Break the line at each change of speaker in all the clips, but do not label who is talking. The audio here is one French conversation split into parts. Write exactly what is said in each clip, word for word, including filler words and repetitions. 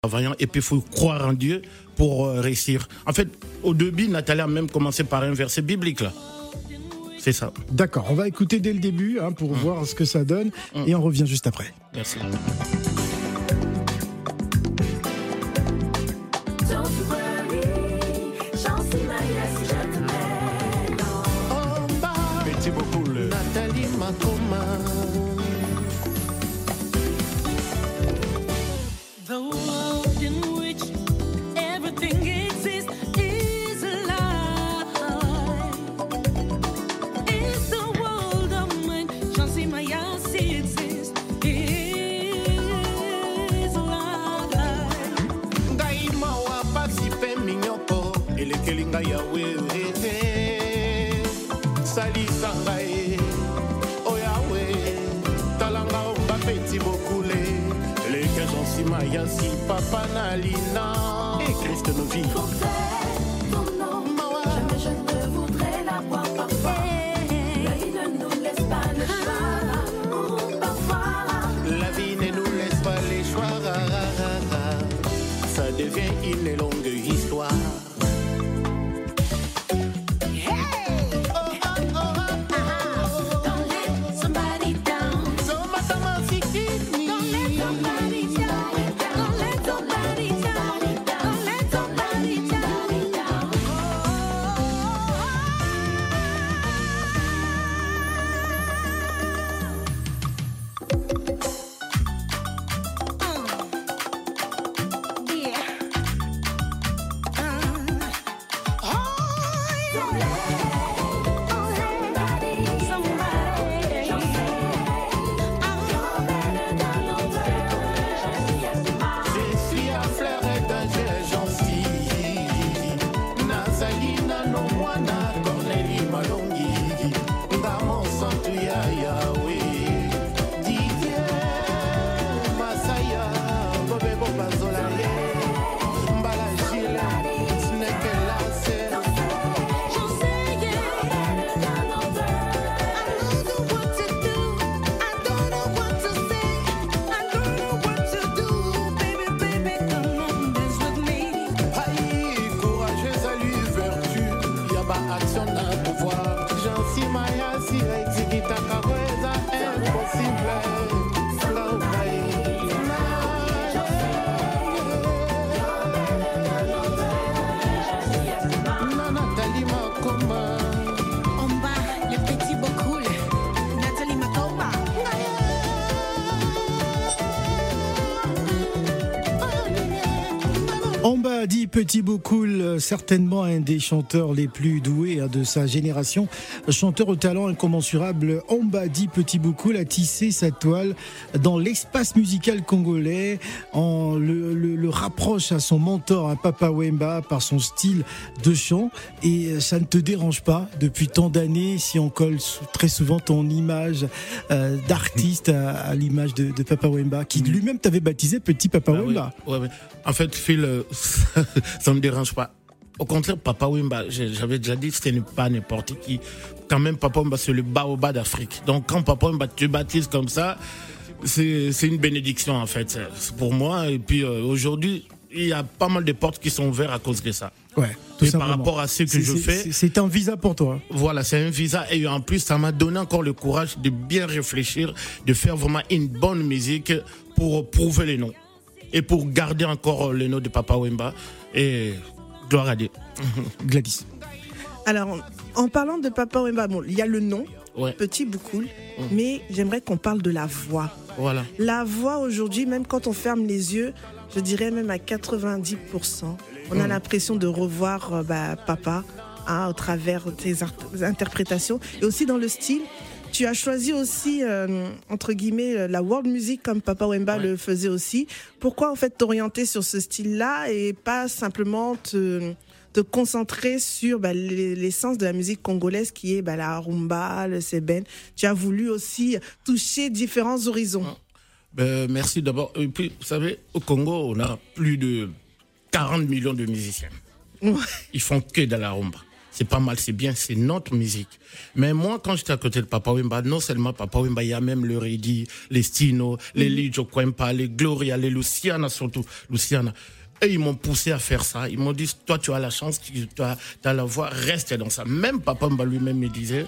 Et puis il faut croire en Dieu pour euh, réussir. En fait, au début, Nathalie a même commencé par un verset biblique là. C'est ça.
D'accord, on va écouter dès le début hein, pour mmh. voir ce que ça donne mmh. et on revient juste après.
Merci.
Petit beaucoup le Nathalie Makoma. Yansi papa Nalina et Christ nos vies.
Jamais je ne voudrais la voir parfois. La vie ne nous laisse pas le choix. Parfois
la vie ne nous laisse pas les choix. Ça devient une longue histoire.
Omba dit Petit Boukoul, certainement un des chanteurs les plus doués de sa génération. Chanteur au talent incommensurable, Omba dit Petit Boukoul a tissé sa toile dans l'espace musical congolais. En le, le, le rapproche à son mentor, à Papa Wemba, par son style de chant. Et ça ne te dérange pas depuis tant d'années si on colle très souvent ton image euh, d'artiste à, à l'image de, de Papa Wemba, qui lui-même t'avait baptisé Petit Papa ah, Wemba.
Oui, ouais, ouais. En fait, Phil, ça ne me dérange pas. Au contraire, Papa Wemba, j'avais déjà dit, ce n'est pas n'importe qui. Quand même, Papa Wemba, c'est le baobab d'Afrique. Donc, quand Papa Wemba te baptise comme ça, c'est, c'est une bénédiction, en fait, pour moi. Et puis, euh, aujourd'hui, il y a pas mal de portes qui sont ouvertes à cause de ça.
Ouais, tout
et
simplement.
Par rapport à ce que
c'est,
je
c'est,
fais.
C'est, c'est un visa pour toi.
Voilà, c'est un visa. Et en plus, ça m'a donné encore le courage de bien réfléchir, de faire vraiment une bonne musique pour prouver les noms. Et pour garder encore le nom de Papa Wemba. Et gloire à Dieu.
Gladys.
Alors, en parlant de Papa Wemba, bon, il y a le nom,
ouais.
Petit Boukoul,
mmh.
mais j'aimerais qu'on parle de la voix.
Voilà.
La voix aujourd'hui, même quand on ferme les yeux, je dirais même à quatre-vingt-dix pour cent, on a mmh. l'impression de revoir euh, bah, Papa hein, au travers tes art- interprétations et aussi dans le style. Tu as choisi aussi, euh, entre guillemets, la world music comme Papa Wemba ouais. le faisait aussi. Pourquoi, en fait, t'orienter sur ce style-là et pas simplement te, te concentrer sur bah, l'essence de la musique congolaise qui est bah, la rumba, le seben. Tu as voulu aussi toucher différents horizons.
Ben, merci d'abord. Et puis, vous savez, au Congo, on a plus de quarante millions de musiciens. Ouais. Ils font que de la rumba. c'est pas mal, c'est bien, c'est notre musique. Mais moi, quand j'étais à côté de Papa Wemba, non seulement Papa Wemba, il y a même le Reddy, les Stino, les Lijo Kwempa, les Gloria, les Luciana surtout, Luciana. Et ils m'ont poussé à faire ça. Ils m'ont dit, toi, tu as la chance, tu as, tu as la voix, reste dans ça. Même Papa Wemba lui-même me disait,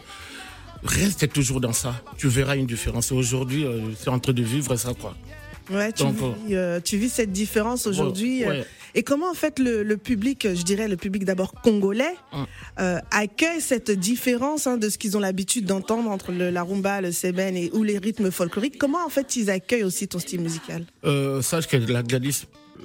reste toujours dans ça. Tu verras une différence. Et aujourd'hui, euh, c'est en train de vivre ça, quoi.
Ouais, tu,
Donc,
vis, euh, tu vis cette différence aujourd'hui.
Ouais, ouais.
euh, Et comment en fait le, le public, je dirais le public d'abord congolais,
Hum.
euh, accueille cette différence hein, de ce qu'ils ont l'habitude d'entendre entre le, la rumba, le seben et ou les rythmes folkloriques. Comment en fait ils accueillent aussi ton style musical?
euh, Sache que la Gladys,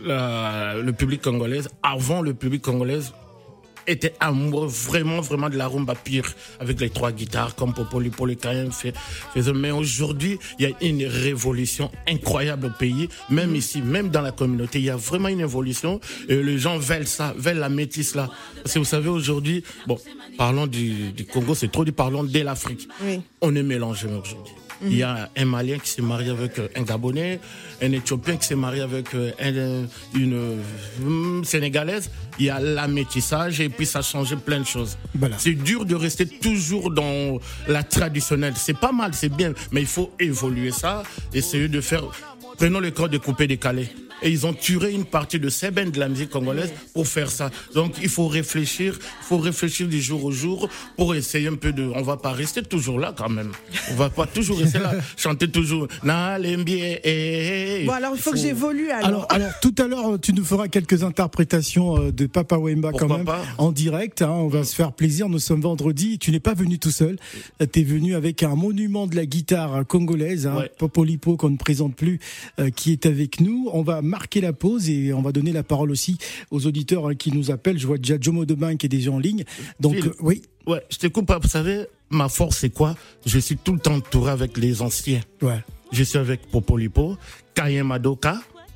la, le public congolais, avant le public congolais, était amoureux vraiment, vraiment de la rumba pure, avec les trois guitares, comme Popo Lipo, le K M fait, faisait. Mais aujourd'hui, il y a une révolution incroyable au pays, même ici, même dans la communauté, il y a vraiment une évolution, et les gens veulent ça, veulent la métisse là. Parce que vous savez, aujourd'hui, bon, parlons du, du Congo, c'est trop dit, parlons de l'Afrique.
Oui.
On est mélangé aujourd'hui. Il y a un Malien qui s'est marié avec un Gabonais, un Éthiopien qui s'est marié avec un, une euh, Sénégalaise. Il y a la métissage et puis ça a changé plein de choses.
Voilà.
C'est dur de rester toujours dans la traditionnelle. C'est pas mal, c'est bien, mais il faut évoluer ça, essayer de faire... Prenons le cas de Coupé Décalé. Et ils ont tué une partie de Seben de la musique congolaise pour faire ça. Donc il faut réfléchir, il faut réfléchir du jour au jour pour essayer un peu de... On va pas rester toujours là quand même. On va pas toujours rester là, chanter toujours... Na lembie, eh.
Bon alors il faut, faut... que j'évolue alors.
alors. Alors tout à l'heure tu nous feras quelques interprétations de Papa Wemba.
Pourquoi
quand même
pas
en direct. Hein, on va se faire plaisir. Nous sommes vendredi. Tu n'es pas venu tout seul. Tu es venu avec un monument de la guitare congolaise, hein, ouais. Popo Lipo qu'on ne présente plus, euh, qui est avec nous. On va marquer la pause et on va donner la parole aussi aux auditeurs hein, qui nous appellent. Je vois déjà Jomo Demain qui est déjà en ligne. Donc
Phil,
euh, oui.
Ouais, je te coupe pas. Vous savez, ma force c'est quoi? Je suis tout le temps entouré avec les anciens.
Ouais.
Je suis avec Popo Lipo, Kayen Madoka.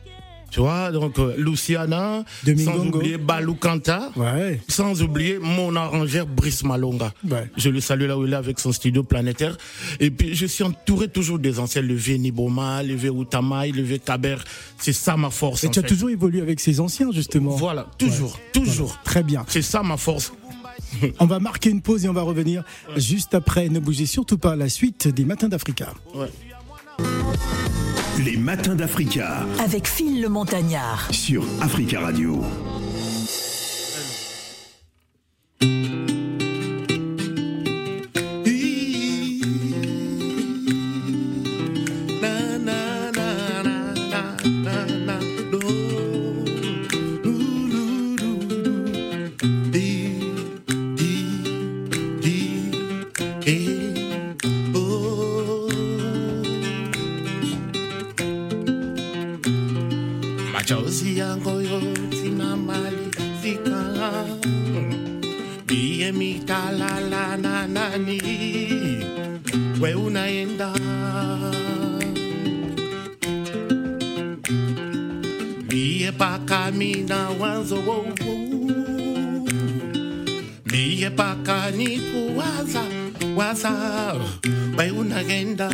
Tu vois, donc euh, Luciana, sans oublier Balou Kanta,
ouais.
sans oublier mon arrangeur Brice Malonga.
Ouais.
Je le salue là où il est avec son studio planétaire. Et puis je suis entouré toujours des anciens, le vieux Niboma, le vieux Utamaï, le vieux Kaber. C'est ça ma force.
Et tu as
fait.
toujours évolué avec ces anciens justement.
Voilà, toujours, ouais. toujours.
Voilà. Très bien.
C'est ça ma force.
On va marquer une pause et on va revenir ouais. juste après. Ne bougez surtout pas, la suite des Matins d'Africa.
Ouais.
Les Matins d'Africa.
Avec Phil le Montagnard.
Sur Africa Radio.
Machozi yangu yote na malizika, bie mitalala na nani, we unaenda bie paka mina wanzo wo bie paka ni kuwaza waza, we unaenda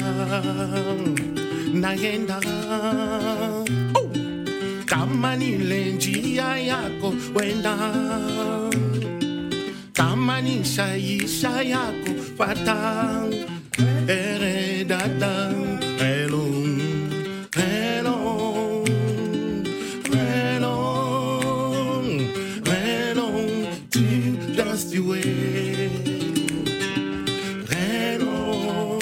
naenda. Kama nile njia yako wenda, kama ni shaisha yako fata, ere dada, hello, hello, hello, hello, to just the way, hello,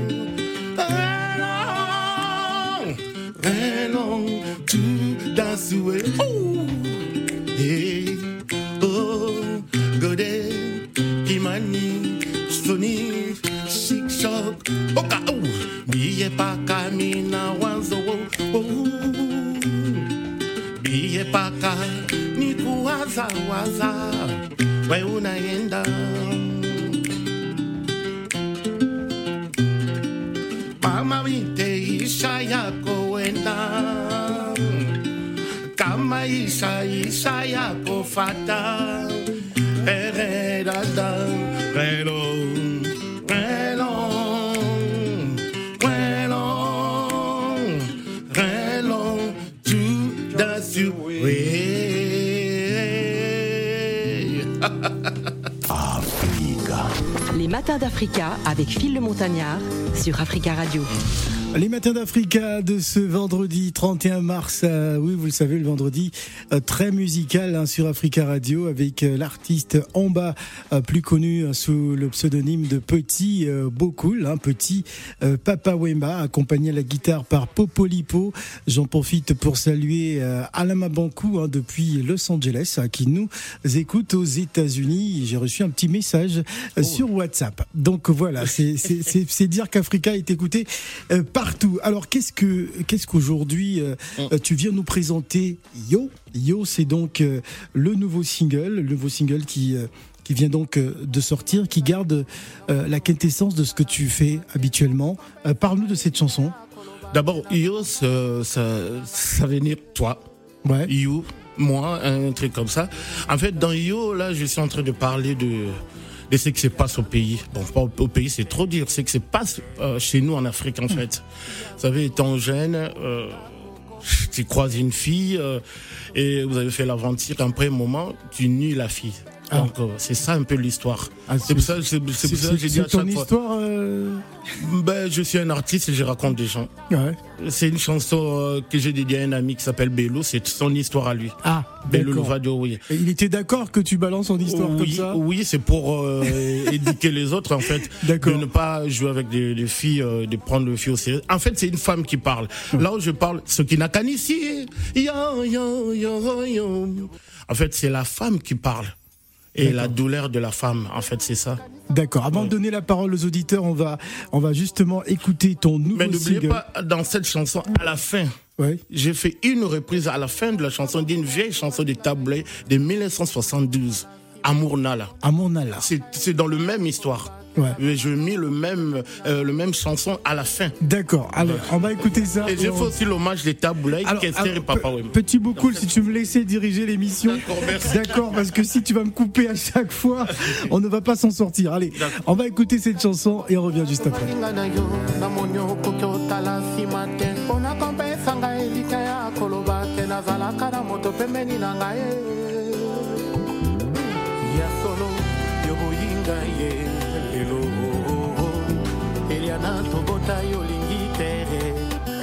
hello, hello, to that's the way. Oh, hey, oh, go there, Kimani, Sony, Chic Shock, Oka, oh, Biye Paka, Mina, Wanzo, oh, Biye Paka, Niku Waza, Waza, we unaenda. Mama wite isha yako wenda, kama isha isha yako fata, ere dada, hello, hello, hello, hello, to that's you way.
Matins d'Africa avec Phil le Montagnard sur Africa Radio.
Les Matins d'Africa de ce vendredi trente et un mars, euh, oui vous le savez, le vendredi euh, très musical hein, sur Africa Radio avec euh, l'artiste Omba, euh, plus connu euh, sous le pseudonyme de Petit euh, Bokoul, hein, Petit euh, Papa Wemba, accompagné à la guitare par Popolipo. J'en profite pour saluer euh, Alama Bankou hein, depuis Los Angeles, hein, qui nous écoute aux États-Unis. J'ai reçu un petit message euh, oh. sur WhatsApp. Donc voilà, c'est, c'est, c'est, c'est dire qu'Africa est écouté euh, par partout. Alors qu'est-ce que qu'est-ce qu'aujourd'hui euh, mm. tu viens nous présenter Yo Yo, c'est donc euh, le nouveau single, le nouveau single qui euh, qui vient donc euh, de sortir, qui garde euh, la quintessence de ce que tu fais habituellement. Euh, parle-nous de cette chanson.
D'abord Yo, ça ça, ça veut dire toi.
Ouais.
You, moi, un truc comme ça. En fait, dans Yo, là, je suis en train de parler de de ce qui se passe au pays. Bon, pas au pays, c'est trop dire. Ce qui se passe euh, chez nous en Afrique, en fait. Vous savez, étant jeune, euh, tu croises une fille euh, et vous avez fait l'aventure. Après un moment, tu nuis la fille. Ah. Donc, euh, c'est ça un peu l'histoire. Ah, c'est, c'est pour ça, c'est, c'est pour ça que j'ai dit à chaque fois.
C'est ton histoire euh...
Ben, je suis un artiste et je raconte des gens.
Ouais.
C'est une chanson euh, que j'ai dédiée à un ami qui s'appelle Bello. C'est son histoire à lui.
Ah,
Bello Louvadio, oui.
Et il était d'accord que tu balances son histoire
oui,
comme ça?
Oui, c'est pour euh, éduquer les autres, en fait.
D'accord.
De ne pas jouer avec des, des filles, euh, de prendre le filles au sérieux. En fait, c'est une femme qui parle. Ouais. Là où je parle, ce qui n'a qu'un ici. Yo, yo, yo, yo. En fait, c'est la femme qui parle. Et D'accord. la douleur de la femme, en fait, c'est ça.
D'accord. Avant ouais. de donner la parole aux auditeurs, on va, on va justement écouter ton nouveau
Mais n'oubliez
single.
pas, dans cette chanson, à la fin,
ouais.
j'ai fait une reprise à la fin de la chanson d'une vieille chanson de Taboulay de dix-neuf cent soixante-douze, Amour Nala.
Amour Nala.
C'est, c'est dans le même histoire.
Ouais.
Mais je mis le même, euh, le même chanson à la fin.
D'accord. Allez, ouais. on va écouter ça.
Et j'ai on... fait aussi l'hommage des Taboulay, Kester et Papa Wemba.
Petit Bokoul, si tu me laissais diriger l'émission.
D'accord, merci.
D'accord, parce que si tu vas me couper à chaque fois, on ne va pas s'en sortir. Allez, D'accord. on va écouter cette chanson et on revient juste après.
Eliana tobota yolingi tere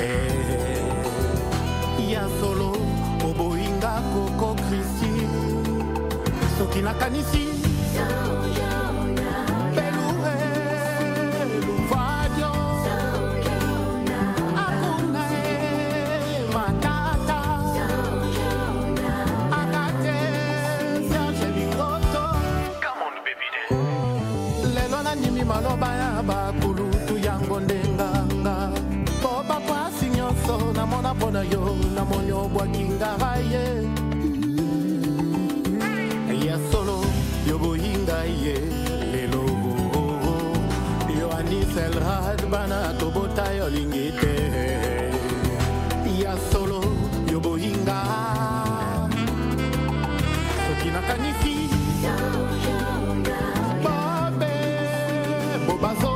ya solo oboinga koko krisi soki nakanisi belure luvadio akuna e matata akate serge bigoto. Come on baby lelo na nimi maloba ya bakulu ndenga po papa sinyoso na mona bona yo na monyo bwakinga haye ya solo yo boinga ye lelo yo anisel rad bana to bota yo lingite ya solo yo boinga sokina kanifi babe bobazo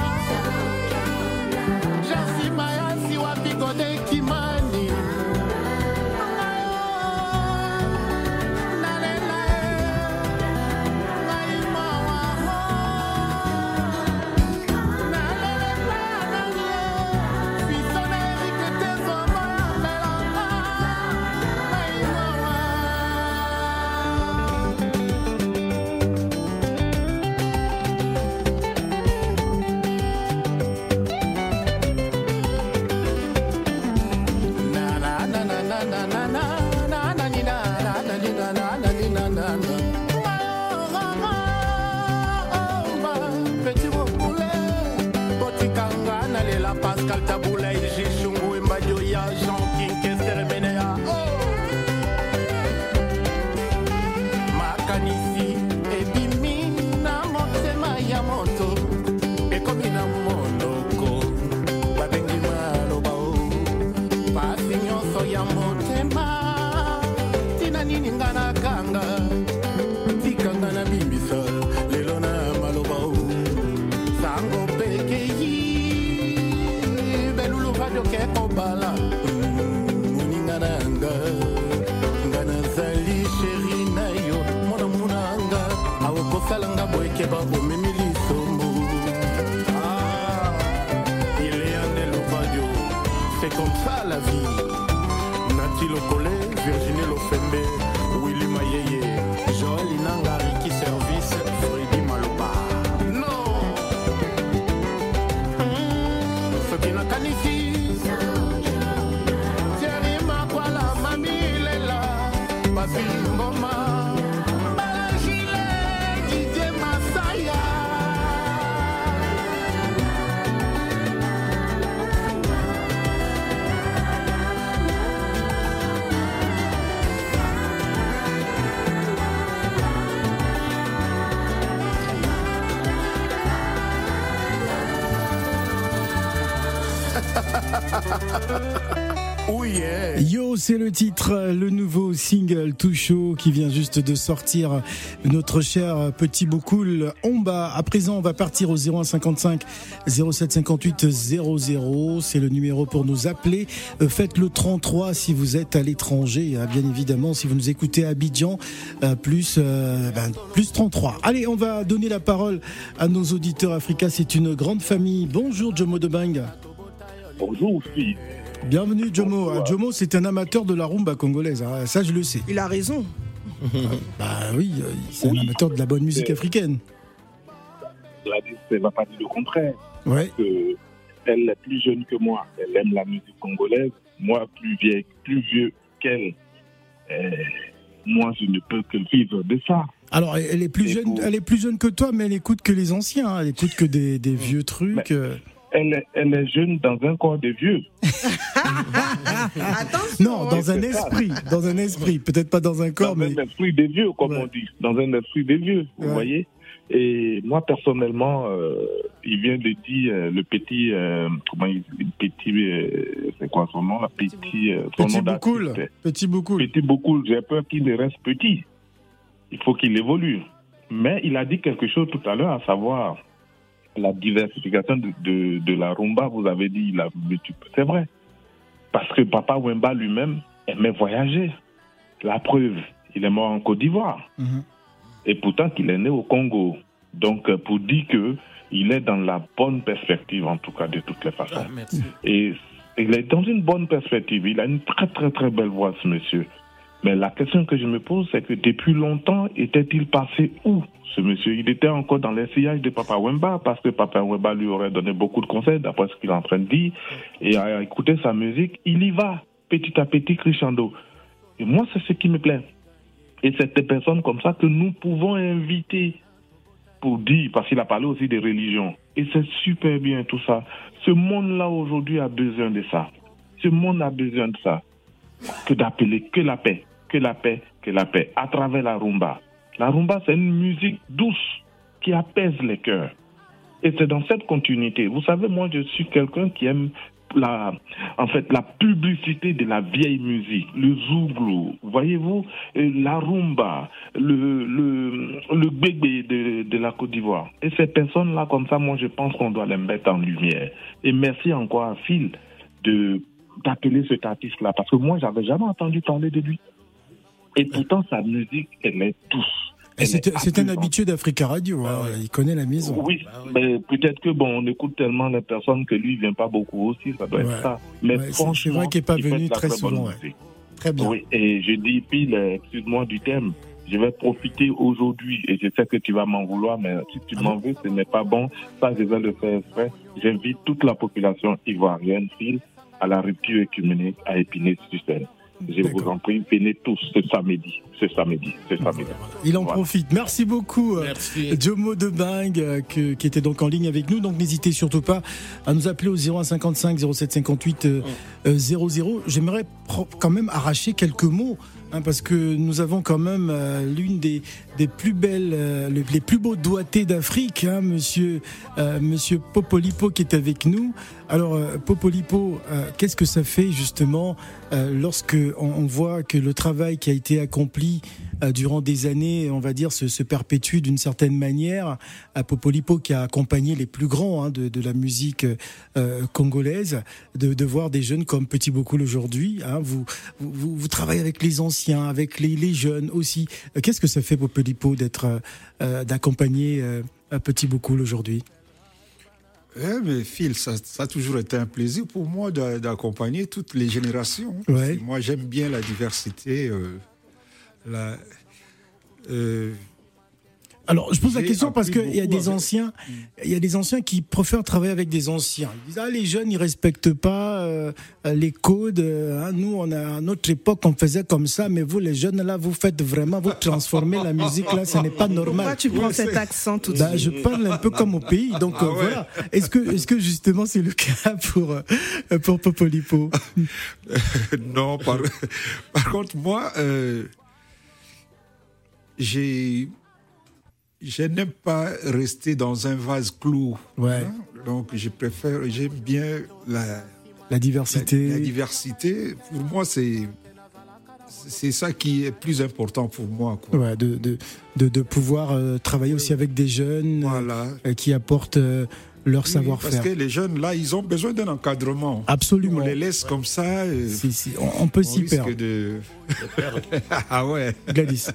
Pascal Taboulay, Jichungu, Mbadoya, Jean King, Kester Benea. Makanisi, Ebimi, Namotema Yamoto, Ekomina Monoko, Babengi Malobao, Pasignoso Yamotema, Tina Ningana Kanga, Tikangana Bimisa, Lelona Malobao, Sango Pekei. Keko bala muningananga ngana zali sheri na yo mona munanga awoko salanga boyeke ba bomemili sombo Papi Ngoma, Balagile, Didier Masaya. Oh yeah.
Yo, c'est le titre, le nouveau single tout chaud qui vient juste de sortir. Notre cher Petit Boukoul, Omba. À présent, on va partir au zéro un cinquante-cinq zéro sept cinquante-huit zéro zéro. C'est le numéro pour nous appeler. Euh, faites le trente-trois si vous êtes à l'étranger. Hein, bien évidemment, si vous nous écoutez à Abidjan, euh, plus, euh, ben, plus trente-trois. Allez, on va donner la parole à nos auditeurs Africa. C'est une grande famille. Bonjour, Jomo de Bang.
Bonjour, fille.
Bienvenue Jomo. Ah, Jomo, c'est un amateur de la rumba congolaise, hein. Ça je le sais.
Il a raison.
Bah oui, c'est
Oui.
un amateur de la bonne musique
C'est-
africaine.
Gladys ne va pas dire le contraire.
Ouais.
Que elle est plus jeune que moi. Elle aime la musique congolaise. Moi, plus vieille, plus vieux qu'elle. Euh, moi, je ne peux que vivre de ça.
Alors elle est plus
Et
jeune,
vous
elle est plus jeune que toi, mais elle écoute que les anciens. Hein. Elle écoute que des, des vieux trucs. euh.
Elle est, elle est jeune dans un corps de vieux.
Attention.
Non, dans un
c'est ça.
esprit, dans un esprit, peut-être pas dans un corps,
Dans
mais
un esprit des vieux, comme
Ouais.
on dit. Dans un esprit des vieux, vous
Ouais.
voyez. Et moi, personnellement, euh, il vient de dire euh, le petit, euh, comment il le petit, euh, c'est quoi son nom, la petit, euh, son
Petit
nom
Boukoul,
d'artiste.
Petit Boukoul.
Petit beaucoup, j'ai peur qu'il ne reste petit. Il faut qu'il évolue. Mais il a dit quelque chose tout à l'heure, à savoir la diversification de, de, de la rumba. Vous avez dit, la, c'est vrai. Parce que Papa Wemba lui-même aimait voyager. La preuve, il est mort en Côte d'Ivoire.
Mhm.
Et pourtant qu'il est né au Congo. Donc, euh, pour dire que il est dans la bonne perspective, en tout cas, de toutes les façons.
Ah, merci.
Et il est dans une bonne perspective. Il a une très, très, très belle voix, ce monsieur. Mais la question que je me pose, c'est que depuis longtemps, était-il passé où, ce monsieur? Il était encore dans les sillages de Papa Wemba, parce que Papa Wemba lui aurait donné beaucoup de conseils, d'après ce qu'il est en train de dire. Et à écouter sa musique, il y va, petit à petit, crescendo. Et moi, c'est ce qui me plaît. Et c'est des personnes comme ça que nous pouvons inviter pour dire, parce qu'il a parlé aussi des religions. Et c'est super bien tout ça. Ce monde-là aujourd'hui a besoin de ça. Ce monde a besoin de ça. Que d'appeler que la paix, que la paix, que la paix, à travers la rumba. La rumba, c'est une musique douce qui apaise les cœurs. Et c'est dans cette continuité. Vous savez, moi, je suis quelqu'un qui aime la, en fait, la publicité de la vieille musique, le zouglou, voyez-vous, et la rumba, le, le, le bébé de, de la Côte d'Ivoire. Et ces personnes-là, comme ça, moi, je pense qu'on doit les mettre en lumière. Et merci encore à Phil de d'appeler cet artiste-là, parce que moi, j'avais jamais entendu parler de lui. Et pourtant, sa musique, elle est douce.
Et C'est c'est un habitué d'Africa Radio, hein.
Ah ouais.
Il connaît la maison.
Oui,
Ah oui.
mais peut-être que bon, on écoute tellement les personnes que lui, il vient pas beaucoup aussi, ça doit
Ouais.
être ça. Mais
Ouais, c'est-
franchement,
c'est vrai qu'il est pas
il fait
venu
de la
très
bonne
souvent, ouais.
musique.
Très bien.
Oui, et je dis, pile, excuse-moi du thème, je vais profiter aujourd'hui, et je sais que tu vas m'en vouloir, mais si tu
Ah
m'en veux, ce n'est pas bon, ça je vais le faire exprès. J'invite toute la population ivoirienne, file, à la rupture écuménique à Épinay-sur-Seine. Je vous
D'accord.
en prie, venez tous ce samedi, ce samedi, ce samedi.
Il en
Voilà.
profite. Merci beaucoup, euh,
Merci.
Jomo de Bang, euh, que- qui était donc en ligne avec nous. Donc n'hésitez surtout pas à nous appeler au zéro un cinquante-cinq zéro sept cinquante-huit euh, euh, zéro zéro. J'aimerais pro- quand même arracher quelques mots, hein, parce que nous avons quand même euh, l'une des, des plus belles, euh, le- les plus beaux doigtés d'Afrique, hein, monsieur, euh, monsieur Popolipo qui est avec nous. Alors euh, Popolipo, euh, qu'est-ce que ça fait justement euh, lorsque on, on voit que le travail qui a été accompli euh, durant des années, on va dire, se, se perpétue d'une certaine manière, à Popolipo qui a accompagné les plus grands, hein, de, de la musique euh, congolaise, de, de voir des jeunes comme Petit Boukoul aujourd'hui, hein, vous, vous, vous travaillez avec les anciens, avec les, les jeunes aussi. Euh, Qu'est-ce que ça fait Popolipo d'être, euh, euh, d'accompagner euh, Petit Boukoul aujourd'hui?
Eh, mais Phil, ça, ça a toujours été un plaisir pour moi de- d'accompagner toutes les générations.
Ouais.
Moi, j'aime bien la diversité. euh, la, euh,
Alors, je pose la
J'ai
question parce
appris
qu'il y a
beaucoup
des
avec-
anciens, il y a des anciens qui préfèrent travailler avec des anciens. Ils disent, ah, les jeunes, ils respectent pas euh, les codes. euh, hein, nous, on a, à notre époque, on faisait comme ça, mais vous, les jeunes, là, vous faites vraiment, vous transformez la musique, là, ce n'est pas
Pourquoi
normal.
tu prends
Oui,
cet
c'est-
accent tout de
Bah,
suite
je parle un peu comme au pays, donc
Ah
euh,
ouais.
voilà. Est-ce que, est-ce que justement c'est le cas pour euh, pour Popolipo?
Non, par, par contre, moi, euh, j'ai, je n'aime pas rester dans un vase clos.
Ouais.
Hein. Donc, je préfère, j'aime bien la,
La
la,
diversité.
la diversité. Pour moi, c'est, c'est ça qui est plus important pour moi, quoi.
Ouais, de, de, de, de pouvoir euh, travailler aussi avec des jeunes euh,
Voilà.
euh, qui apportent euh, leur
Oui,
savoir-faire.
parce que les jeunes, là, ils ont besoin d'un encadrement.
Absolument.
On les laisse comme ça. euh,
Si, si, on, on peut
on
s'y
risque
perdre.
de... ah ouais.
Gladys.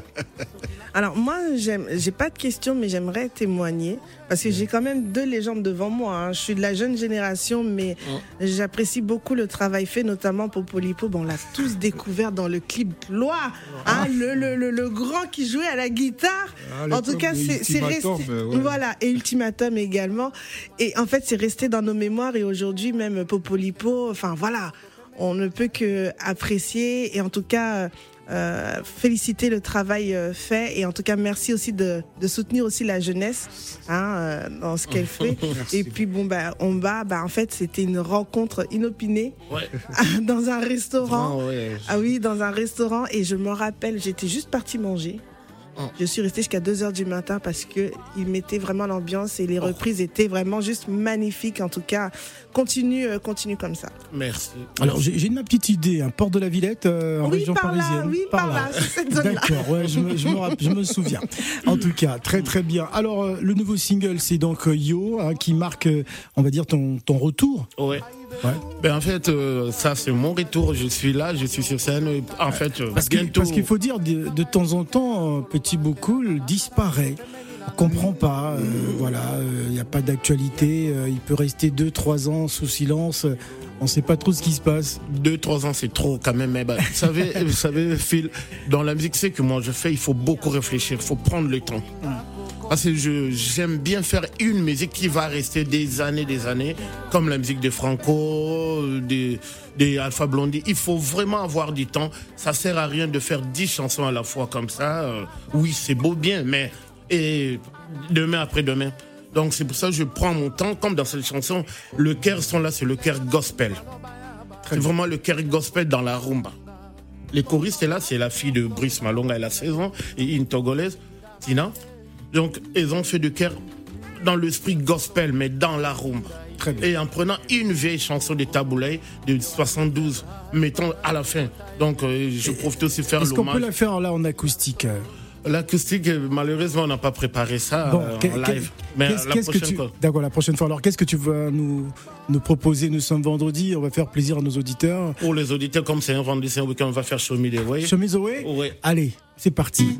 Alors moi, j'aime, j'ai pas de questions, mais j'aimerais témoigner parce que j'ai quand même deux légendes devant moi. Hein. Je suis de la jeune génération, mais j'apprécie beaucoup le travail fait, notamment pour Popolipo. Bon, on l'a tous découvert dans le clip Gloire, hein, le, le, le, le grand qui jouait à la guitare.
Ah,
En tout cas, c'est, c'est resté.
euh, ouais.
Voilà, et Ultimatum également. Et en fait, c'est resté dans nos mémoires. Et aujourd'hui, même Popolipo, enfin voilà, on ne peut que apprécier et en tout cas. Euh, féliciter le travail euh, fait et en tout cas merci aussi de, de soutenir aussi la jeunesse hein, euh, dans ce qu'elle fait. Et puis bon bah on va bah en fait c'était une rencontre inopinée
Ouais.
dans un restaurant.
Ah ouais.
Ah oui, dans un restaurant et je me rappelle, j'étais juste partie manger.
Oh.
Je suis restée jusqu'à deux heures du matin parce que il mettait vraiment l'ambiance et les reprises étaient vraiment juste magnifiques. En tout cas, continue, euh, continue comme ça.
Merci.
Alors j'ai j'ai une petite idée, un port de la Villette euh, en
Oui,
région
par là,
parisienne.
oui, par là, c'est cette zone-là.
D'accord, ouais, je me, je, me rapp- je me souviens. En tout cas, très très bien. Alors euh, le nouveau single, c'est donc euh, Yo, hein, qui marque, euh, on va dire ton ton retour.
Ouais.
Ouais.
Ben en fait, euh, ça c'est mon retour. Je suis là, je suis sur scène. En fait, euh,
Parce que-
bientôt.
parce qu'il faut dire de, de temps en temps, euh, Petit Bocool disparaît. On comprend pas, euh, voilà, il n'y a pas d'actualité, euh, il peut rester deux, trois ans sous silence, euh, on ne sait pas trop ce qui se passe.
Deux, trois ans, c'est trop quand même. Mais ben, vous savez, vous savez, Phil, dans la musique, c'est que moi je fais, il faut beaucoup réfléchir, il faut prendre le temps. Parce que je, j'aime bien faire une musique qui va rester des années, des années, comme la musique de Franco, des, des Alpha Blondy. Il faut vraiment avoir du temps. Ça sert à rien de faire dix chansons à la fois comme ça. Euh, oui, c'est beau bien, mais et demain après demain. Donc c'est pour ça que je prends mon temps, comme dans cette chanson, le cœur sont là, c'est le cœur gospel. C'est vraiment le cœur gospel dans la rumba. Les choristes, là, c'est la fille de Brice Malonga, elle a seize ans, et une Togolaise, Tina. Donc, ils ont fait du cœur dans l'esprit gospel, mais dans la rumba.
Très bien.
Et en prenant une vieille chanson de Taboulay de soixante-douze, mettant à la fin. Donc, euh, je profite aussi de faire
Est-ce qu'on peut
l'hommage.
la faire là en acoustique euh
L'acoustique, euh, malheureusement, on n'a pas préparé ça
Bon,
euh,
que-
en
que-
live. Mais
qu'est-ce-
la
qu'est-ce que
prochaine
tu...
fois.
D'accord, la prochaine fois. Alors, qu'est-ce que tu vas nous, nous proposer? Nous sommes vendredi, on va faire plaisir à nos auditeurs.
Pour les auditeurs, comme c'est un vendredi, c'est un week-end, on va faire Show Me the Way.
Show me the way?
Ouais.
Allez, c'est parti.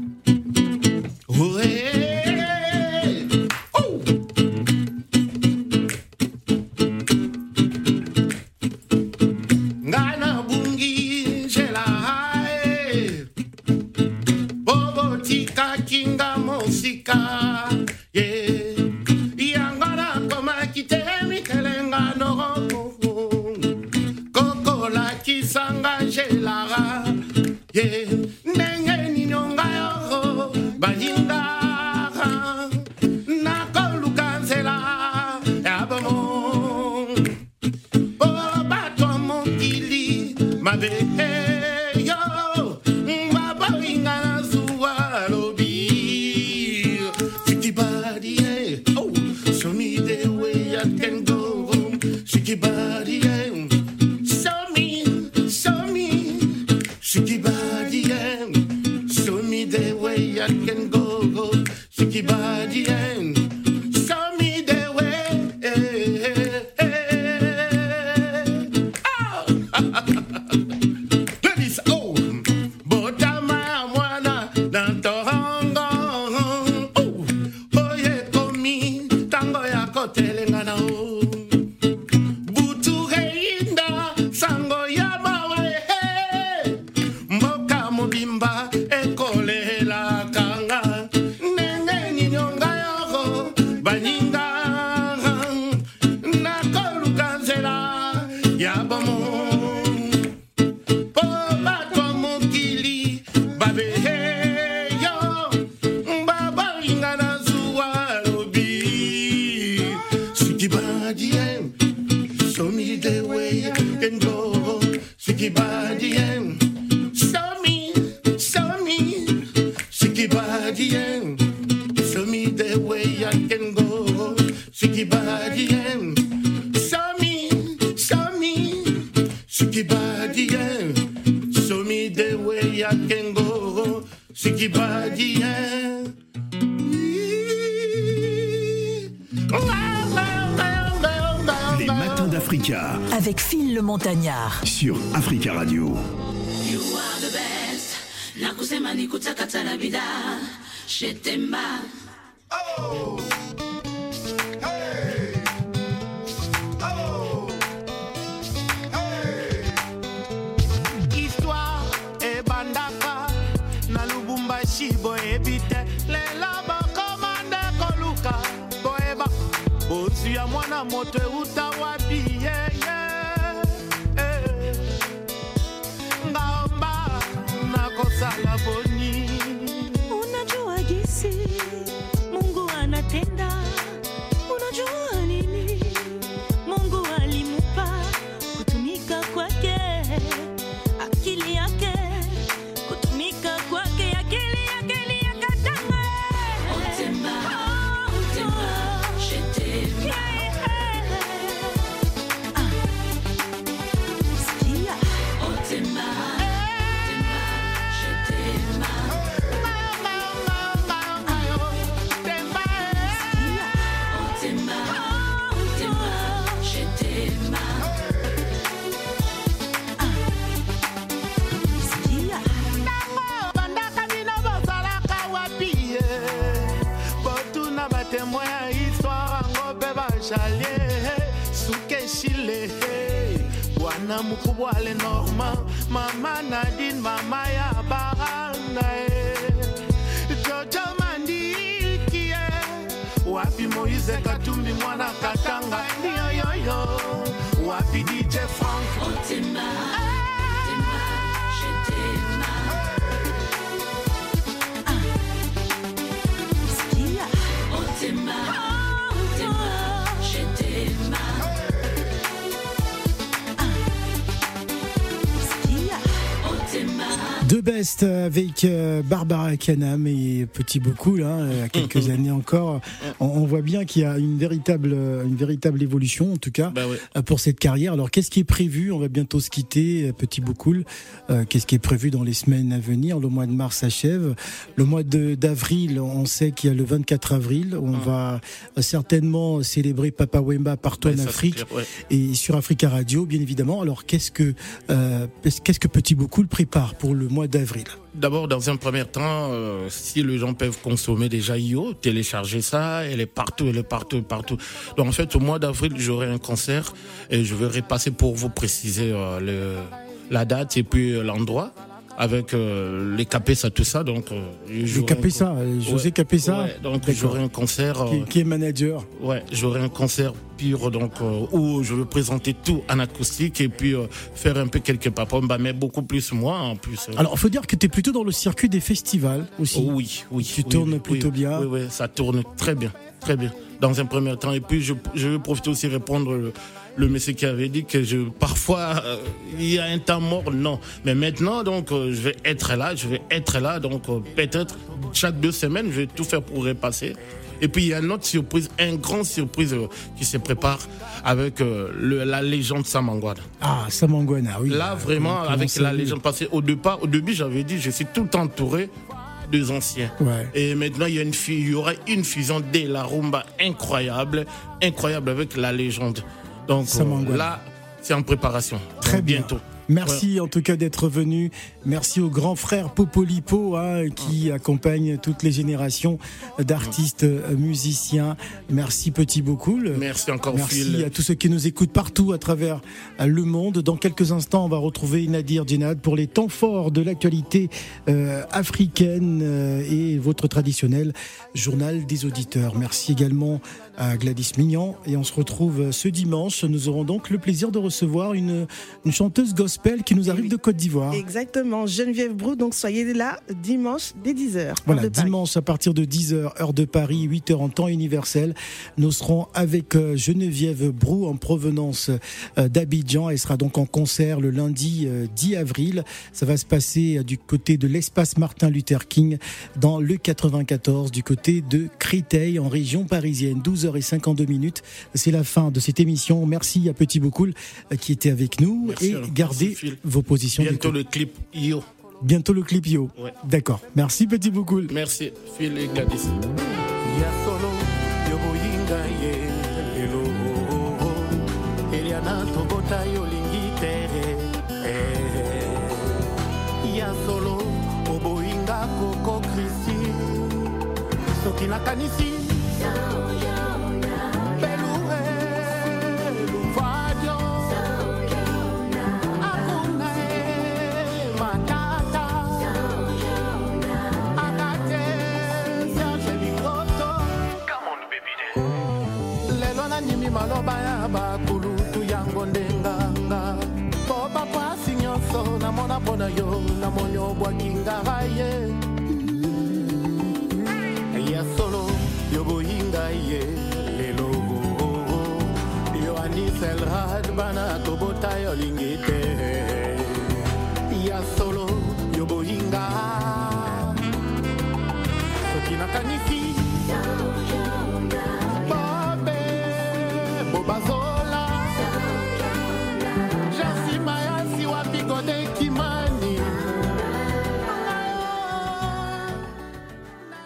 Ouais. Oh. Ngana bungi jela hae. Bobo tika kinga mosika. Yeah. Yangana koma kitemi kelenga no. Koko la kisanga jela. Yeah. Nenge ni nyonga yo. Bahinga. Nakolukanzela. Yabamo. Oh, bato mokili. Mabe. Yo. Mabaringa na zuwa lobi. Shiki body, yeah. Oh, show me the way I can go. Shiki body, yeah. Show me, show me. Shiki body, yeah. Show me the way I can go. Shiki body, yeah. Show me the way. Oh! Ladies, oh! Botama mwana na torongo. Oh! Oye komi tango ya kotelengana oh. Butu reinda sango ya mawe. Mboka mobimba ekole la kanga. Nenge oh, ce qui va dire.
Les matins d'Africa.
Avec Phil le Montagnard.
Sur Africa Radio.
You are the best. Nakusema nikutakata la bida. Shetema. Oh. Hey. Oh.
Hey. Histoire e bandaka na Lubumbashi boebite lela bakomande koluka boeba bosi ya mwana moto utawapi yeah, yeah. Hey. Ngaomba nakosala boni.
Unajua gisi Mungu anatenda, unajua nini Mungu alimupa kutumika kwake, akili yake kutumika kwake, akili akili yakatanga
Otemba, Otemba, Shetema.
Sikia
Otemba, Otemba, Shetema. Otemba, Otemba, Shetema.
sikia
bandaka bino bozalaka wapi ye botuna batemoin ya histoire yango mpe bajalie suke shile bwana mokubwa ale norma mama nadine mama ya baranga e jojo mandiki ye wapi moise katumbi mwana katanga yoyoyo wapi dj frank
Otemba, Otemba, Shetema.
sikia
Otemba, Otemba, Shetema.
sikia
Otemba.
De Best avec euh, Barbara Kanam et Petit Boucoul, hein, il y a quelques années encore. On, on voit bien qu'il y a une véritable, une véritable évolution, en tout cas,
Bah ouais.
euh, pour cette carrière. Alors, qu'est-ce qui est prévu? On va bientôt se quitter, euh, Petit Boucoul. Euh, qu'est-ce qui est prévu dans les semaines à venir? Le mois de mars s'achève. Le mois de, d'avril, on sait qu'il y a le vingt-quatre avril. On va euh, certainement célébrer Papa Wemba partout
Ouais,
en
ça, c'est
Afrique
clair, ouais.
et sur Africa Radio, bien évidemment. Alors, qu'est-ce que, euh, qu'est-ce que Petit Boucoul prépare pour le mois d'avril?
D'abord, dans un premier temps, euh, si les gens peuvent consommer déjà I O, télécharger ça, elle est partout, elle est partout, partout. Donc en fait, au mois d'avril, j'aurai un concert et je vais repasser pour vous préciser euh, le, la date et puis euh, l'endroit avec euh, les Capessa, tout ça. Donc, euh,
Le Capessa, José
Ouais.
Capessa,
Ouais, donc
D'accord.
j'aurai un concert.
qui,
euh,
qui est manager.
Ouais, j'aurai un concert pur donc euh, où je vais présenter tout en acoustique et puis euh, faire un peu quelques papomba, mais beaucoup plus moi en plus. euh.
Alors, il faut dire que tu es plutôt dans le circuit des festivals aussi.
Oh oui, oui.
Tu
oui,
tournes
oui,
plutôt
oui,
bien.
Oui, oui, ça tourne très bien, très bien. Dans un premier temps, et puis je, je vais profiter aussi répondre le, le monsieur qui avait dit que je parfois euh, il y a un temps mort, non. Mais maintenant, donc euh, je vais être là, je vais être là, donc euh, peut-être chaque deux semaines, je vais tout faire pour repasser. Et puis il y a une autre surprise, une grande surprise euh, qui se prépare avec euh, le, la légende Samangwana.
Ah, Samangwana, oui.
Là, vraiment,
Comment
avec
ça,
la
oui.
légende. Parce qu'au départ, au début, j'avais dit, je suis tout entouré des anciens.
Ouais.
Et maintenant, il y a une fi- il y aura une fusion de la rumba incroyable, incroyable avec la légende. Donc
Samangwana.
euh, là, c'est en préparation.
Très
Donc,
bien.
bientôt.
Merci en tout cas d'être venu. Merci au grand frère Popolipo hein, qui accompagne toutes les générations d'artistes euh, musiciens. Merci Petit Boucoul.
Merci encore
Merci
Phil.
à tous ceux qui nous écoutent partout à travers euh, le monde. Dans quelques instants, on va retrouver Nadir Djenad pour les temps forts de l'actualité euh, africaine euh, et votre traditionnel journal des auditeurs. Merci également à Gladys Mignon et on se retrouve ce dimanche. Nous aurons donc le plaisir de recevoir une, une chanteuse gospel qui nous arrive de Côte d'Ivoire.
Exactement, Geneviève Brou, donc soyez là dimanche dès dix heures.
Voilà, dimanche à partir de dix heures, heure de Paris, huit heures en temps universel. Nous serons avec euh, Geneviève Brou en provenance euh, d'Abidjan. Elle sera donc en concert le lundi euh, dix avril. Ça va se passer euh, du côté de l'espace Martin Luther King dans le quatre-vingt-quatorze, du côté de Créteil en région parisienne. douze heures cinquante-deux minutes. C'est la fin de cette émission. Merci à Petit Boucoul euh, qui était avec nous.
Merci,
et
hein.
gardez
Merci, Phil.
vos positions
Bientôt
d'écoute.
le clip Yo.
Bientôt le clip Yo.
Ouais.
D'accord. Merci Petit Boukoul.
Merci, Phil et Gladys.
Ya solo yo boyinga ye lelo Eliana tobota yo lingite Ya solo oboyinga koko Christi soki nakanisi Belure luvadio Akuna e matata Akate Serge Ligoto Lelo na nimi maloba ya bakulutu yango ndenganga Po papa sinyoso na mona pona yo na monyo bwakingara ye Ya solo yo boyinga ye lelo Yo anisel rad bana tobota yo lingite